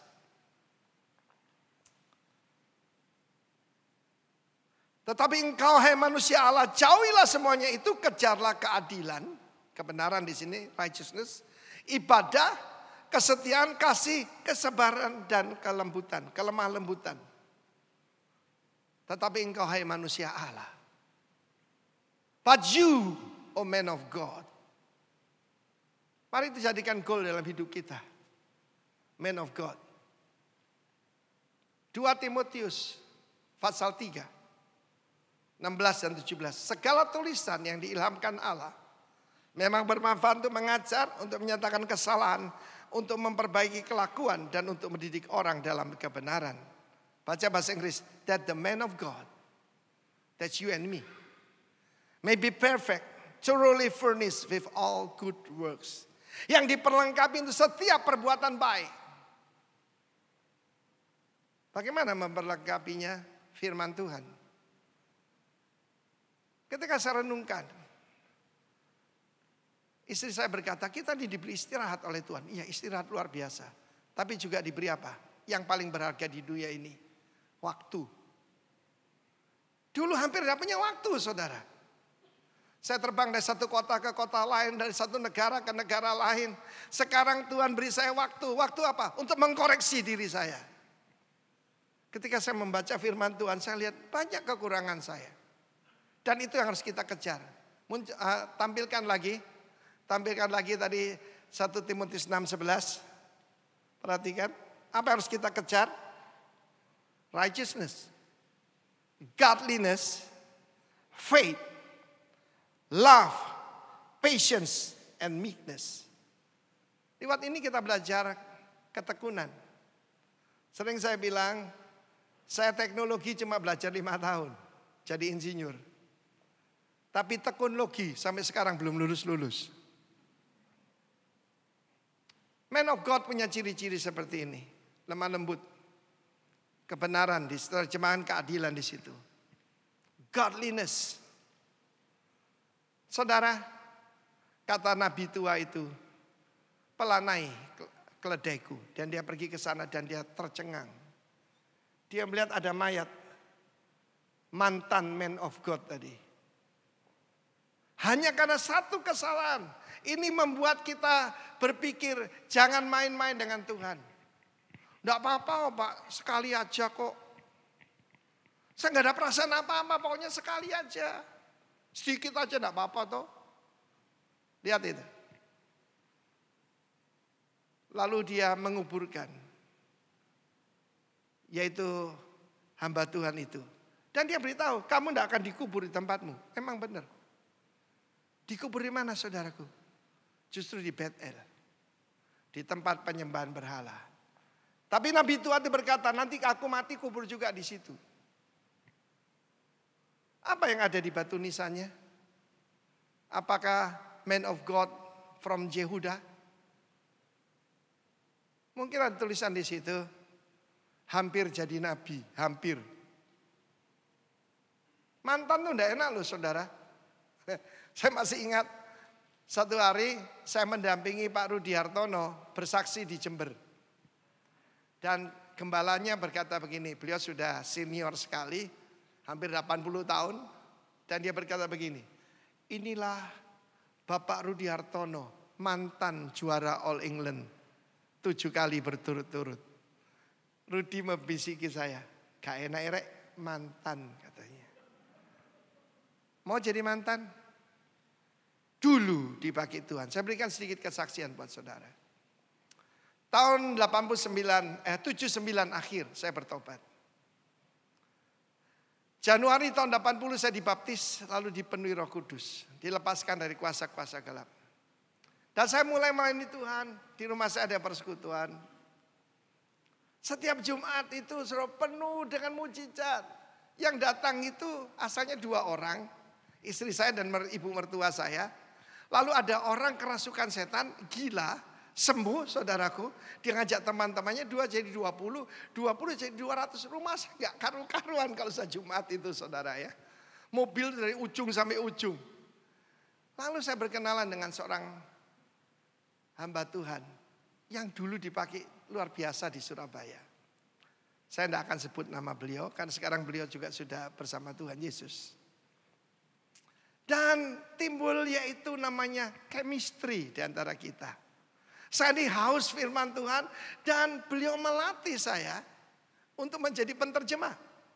Tetapi engkau hai manusia Allah. Jauhilah semuanya itu. Kejarlah keadilan. Kebenaran di sini. Righteousness. Ibadah. Kesetiaan, kasih, kesabaran, dan kelembutan, kelemah lembutan. Tetapi engkau hai manusia Allah. But you, oh man of God. Mari dijadikan goal dalam hidup kita. Man of God. 2 Timotius pasal 3. 16 dan 17. Segala tulisan yang diilhamkan Allah. Memang bermanfaat untuk mengajar, untuk menyatakan kesalahan, untuk memperbaiki kelakuan dan untuk mendidik orang dalam kebenaran. Baca bahasa Inggris. That the man of God. That's you and me. may be perfect, thoroughly furnished with all good works. Yang diperlengkapi untuk setiap perbuatan baik. Bagaimana memperlengkapinya? Firman Tuhan. Ketika saya renungkan, istri saya berkata, kita diberi istirahat oleh Tuhan. Iya, istirahat luar biasa. Tapi juga diberi apa? Yang paling berharga di dunia ini, waktu. Dulu hampir tidak punya waktu, saudara. Saya terbang dari satu kota ke kota lain, dari satu negara ke negara lain. Sekarang Tuhan beri saya waktu. Waktu apa? Untuk mengkoreksi diri saya. Ketika saya membaca firman Tuhan, saya lihat banyak kekurangan saya. Dan itu yang harus kita kejar. Tampilkan lagi tadi 1 Timotius 6:11. Perhatikan, apa yang harus kita kejar? Righteousness, godliness, faith, love, patience, and meekness. Lewat ini kita belajar ketekunan. Sering saya bilang, saya teknologi cuma belajar 5 tahun. Jadi insinyur. Tapi tekun logi sampai sekarang belum lulus-lulus. Man of God punya ciri-ciri seperti ini. Lemah lembut. Kebenaran, di terjemahan keadilan di situ. Godliness. Saudara, kata Nabi tua itu, pelanai keledaiku. Dan dia pergi ke sana dan dia tercengang. Dia melihat ada mayat. Mantan man of God tadi. Hanya karena satu kesalahan. Ini membuat kita berpikir jangan main-main dengan Tuhan. Tidak apa-apa Pak, sekali aja kok. Saya nggak ada perasaan apa-apa, pokoknya sekali aja. Sedikit aja tidak apa-apa toh. Lihat itu. Lalu dia menguburkan. Yaitu hamba Tuhan itu. Dan dia beritahu, kamu tidak akan dikubur di tempatmu. Emang benar. Dikubur di mana saudaraku? Justru di Betel. Di tempat penyembahan berhala. Tapi Nabi tua itu berkata, nanti aku mati kubur juga di situ. Apa yang ada di batu nisannya? Apakah man of God from Yehuda? Mungkin ada tulisan di situ, hampir jadi nabi, hampir. Mantan tuh enggak enak loh saudara. Saya masih ingat satu hari saya mendampingi Pak Rudi Hartono bersaksi di Jember. Dan gembalanya berkata begini, beliau sudah senior sekali, hampir 80 tahun. Dan dia berkata begini, inilah Bapak Rudi Hartono, mantan juara All England 7 kali berturut-turut. Rudi membisiki saya, gak enak erek mantan katanya. Mau jadi mantan? Dulu dipakai Tuhan. Saya berikan sedikit kesaksian buat saudara. Tahun 79 akhir saya bertobat. Januari tahun 80 saya dibaptis lalu dipenuhi Roh Kudus, dilepaskan dari kuasa-kuasa gelap. Dan saya mulai melayani Tuhan, di rumah saya ada persekutuan. Setiap Jumat itu selalu penuh dengan mujizat. Yang datang itu asalnya 2 orang, istri saya dan ibu mertua saya. Lalu ada orang kerasukan setan, gila, sembuh saudaraku. Dia ngajak teman-temannya 2 jadi 20, 20 jadi 200. Rumah saya gak karu-karuan kalau saya Jumat itu saudara ya. Mobil dari ujung sampai ujung. Lalu saya berkenalan dengan seorang hamba Tuhan yang dulu dipakai luar biasa di Surabaya. Saya tidak akan sebut nama beliau karena sekarang beliau juga sudah bersama Tuhan Yesus. Dan timbul yaitu namanya chemistry di antara kita. Saya ini haus firman Tuhan dan beliau melatih saya untuk menjadi penterjemah.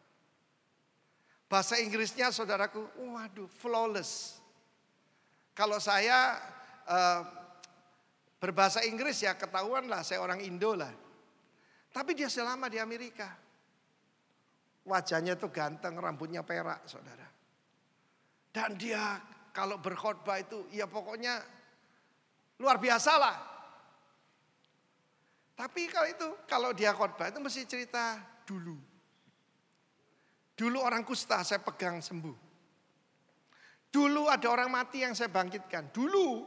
Bahasa Inggrisnya saudaraku, waduh flawless. Kalau saya berbahasa Inggris ya ketahuan lah saya orang Indo lah. Tapi dia selama di Amerika. Wajahnya tuh ganteng, rambutnya perak saudara. Dan dia kalau berkhotbah itu ya pokoknya luar biasa lah. Tapi kalau dia khotbah itu mesti cerita dulu. Dulu orang kusta saya pegang sembuh. Dulu ada orang mati yang saya bangkitkan. Dulu.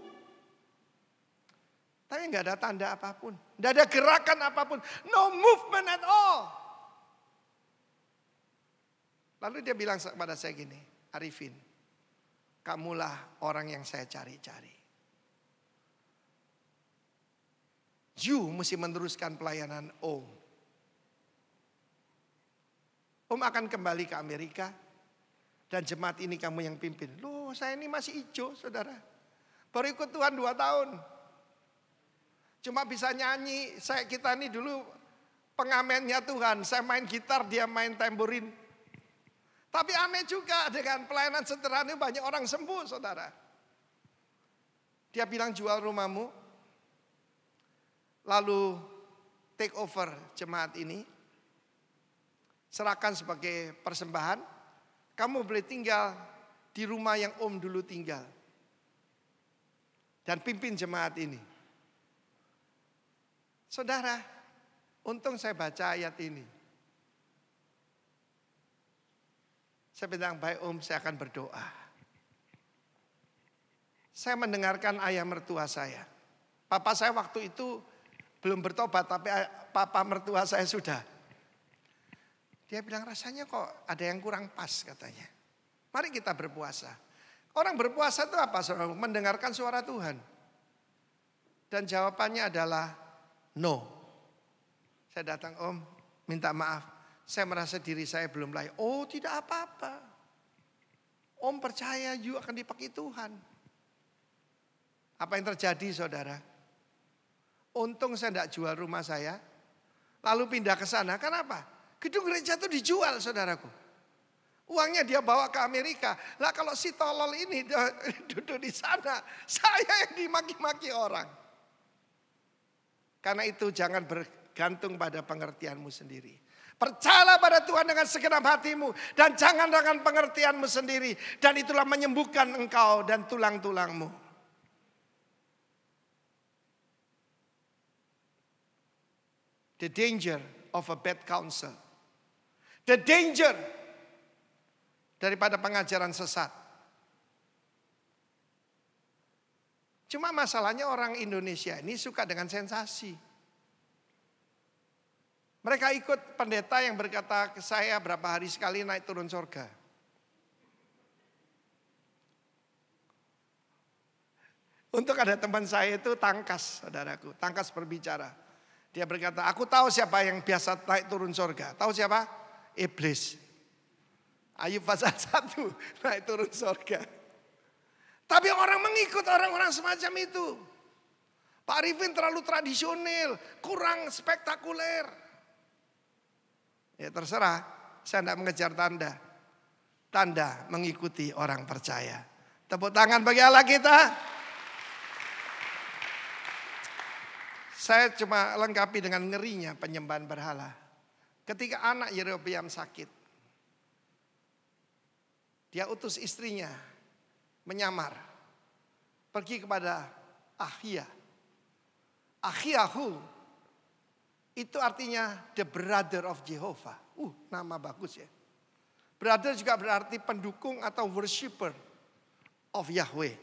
Tapi nggak ada tanda apapun. Nggak ada gerakan apapun. No movement at all. Lalu dia bilang kepada saya gini, Arifin, kamulah orang yang saya cari-cari. You mesti meneruskan pelayanan Om. Om akan kembali ke Amerika. Dan jemaat ini kamu yang pimpin. Loh, saya ini masih hijau, saudara. Baru ikut Tuhan 2 tahun. Cuma bisa nyanyi. Kita ini dulu pengamennya Tuhan. Saya main gitar, dia main tamborin. Tapi aneh juga dengan pelayanan sederhana banyak orang sembuh, saudara. Dia bilang jual rumahmu. Lalu take over jemaat ini. Serahkan sebagai persembahan. Kamu boleh tinggal di rumah yang Om dulu tinggal. Dan pimpin jemaat ini. Saudara, untung saya baca ayat ini. Saya bilang, baik Om, saya akan berdoa. Saya mendengarkan ayah mertua saya. Papa saya waktu itu belum bertobat, tapi papa mertua saya sudah. Dia bilang rasanya kok ada yang kurang pas katanya. Mari kita berpuasa. Orang berpuasa itu apa? Saudara? Mendengarkan suara Tuhan. Dan jawabannya adalah no. Saya datang, Om, minta maaf. Saya merasa diri saya belum layak. Oh, tidak apa-apa. Om percaya you akan dipakai Tuhan. Apa yang terjadi, saudara? Untung saya tidak jual rumah saya. Lalu pindah ke sana. Kenapa? Gedung gereja itu dijual, saudaraku. Uangnya dia bawa ke Amerika. Lah kalau si tolol ini duduk di sana, saya yang dimaki-maki orang. Karena itu jangan bergantung pada pengertianmu sendiri. Percayalah pada Tuhan dengan segenap hatimu. Dan jangan dengan pengertianmu sendiri. Dan itulah menyembuhkan engkau dan tulang-tulangmu. The danger of a bad counsel. The danger daripada pengajaran sesat. Cuma masalahnya orang Indonesia ini suka dengan sensasi. Mereka ikut pendeta yang berkata ke saya berapa hari sekali naik turun surga. Untuk ada teman saya itu tangkas, saudaraku, tangkas berbicara. Dia berkata, aku tahu siapa yang biasa naik turun surga. Tahu siapa? Iblis. Ayub pasal 1 naik turun surga. Tapi orang mengikut orang-orang semacam itu. Pak Arifin terlalu tradisional, kurang spektakuler. Ya terserah, saya tidak mengejar tanda. Tanda mengikuti orang percaya. Tepuk tangan bagi Allah kita. Saya cuma lengkapi dengan ngerinya penyembahan berhala. Ketika anak Yerobeam sakit, dia utus istrinya menyamar, pergi kepada Ahia. Ahiahu itu artinya the brother of Jehovah. Nama bagus ya. Brother juga berarti pendukung atau worshipper of Yahweh.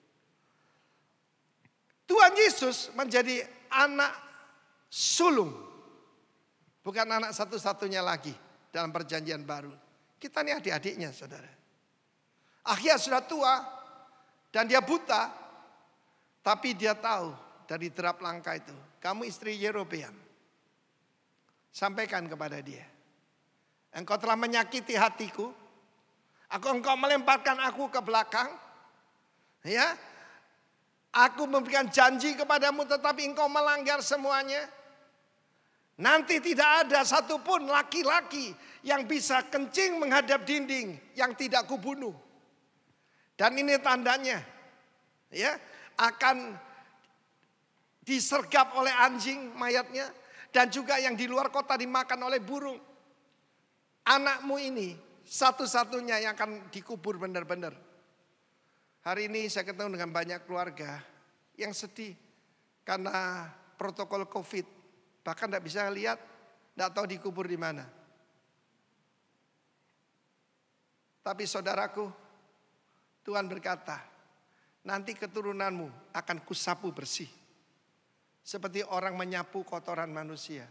Tuhan Yesus menjadi anak sulung. Bukan anak satu-satunya lagi dalam perjanjian baru. Kita ini adik-adiknya, saudara. Ahia sudah tua dan dia buta. Tapi dia tahu dari derap langkah itu. Kamu istri Yerobeam. Sampaikan kepada dia. Engkau telah menyakiti hatiku. Engkau melemparkan aku ke belakang. Ya. Aku memberikan janji kepadamu tetapi engkau melanggar semuanya. Nanti tidak ada satupun laki-laki yang bisa kencing menghadap dinding yang tidak kubunuh. Dan ini tandanya, ya, akan disergap oleh anjing mayatnya dan juga yang di luar kota dimakan oleh burung. Anakmu ini satu-satunya yang akan dikubur benar-benar. Hari ini saya ketemu dengan banyak keluarga yang sedih karena protokol COVID. Bahkan tidak bisa lihat, tidak tahu dikubur di mana. Tapi saudaraku, Tuhan berkata, nanti keturunanmu akan kusapu bersih. Seperti orang menyapu kotoran manusia.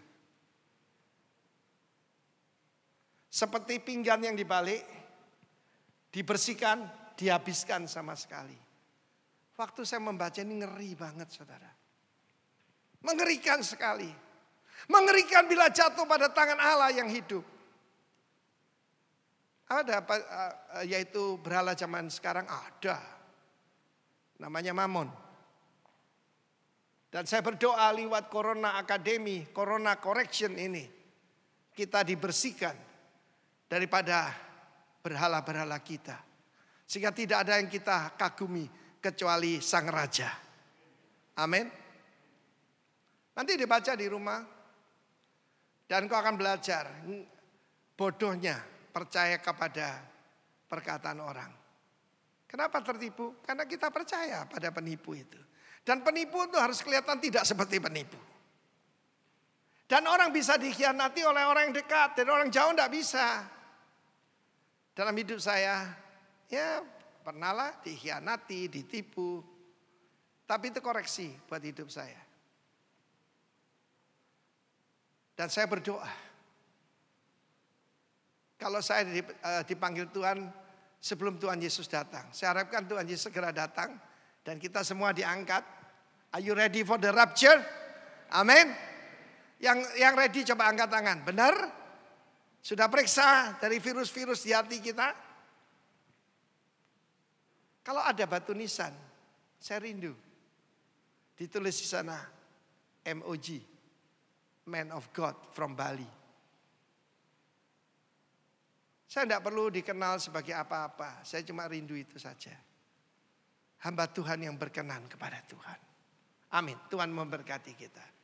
Seperti pinggan yang dibalik, dibersihkan, dihabiskan sama sekali. Waktu saya membaca ini ngeri banget saudara. Mengerikan sekali. Mengerikan bila jatuh pada tangan Allah yang hidup. Ada apa, yaitu berhala zaman sekarang ada. Namanya Mammon. Dan saya berdoa lewat Corona Academy, Corona Correction ini. Kita dibersihkan daripada berhala-berhala kita. Sehingga tidak ada yang kita kagumi kecuali Sang Raja. Amin. Nanti dibaca di rumah. Dan kau akan belajar. Bodohnya percaya kepada perkataan orang. Kenapa tertipu? Karena kita percaya pada penipu itu. Dan penipu itu harus kelihatan tidak seperti penipu. Dan orang bisa dikhianati oleh orang yang dekat. Dan orang jauh tidak bisa. Dalam hidup saya, ya pernahlah dikhianati, ditipu. Tapi itu koreksi buat hidup saya. Dan saya berdoa. Kalau saya dipanggil Tuhan sebelum Tuhan Yesus datang. Saya harapkan Tuhan Yesus segera datang. Dan kita semua diangkat. Are you ready for the rapture? Amin. Yang ready coba angkat tangan. Benar? Sudah periksa dari virus-virus di hati kita? Kalau ada batu nisan, saya rindu. Ditulis di sana, MOG, Man of God from Bali. Saya tidak perlu dikenal sebagai apa-apa. Saya cuma rindu itu saja. Hamba Tuhan yang berkenan kepada Tuhan. Amin. Tuhan memberkati kita.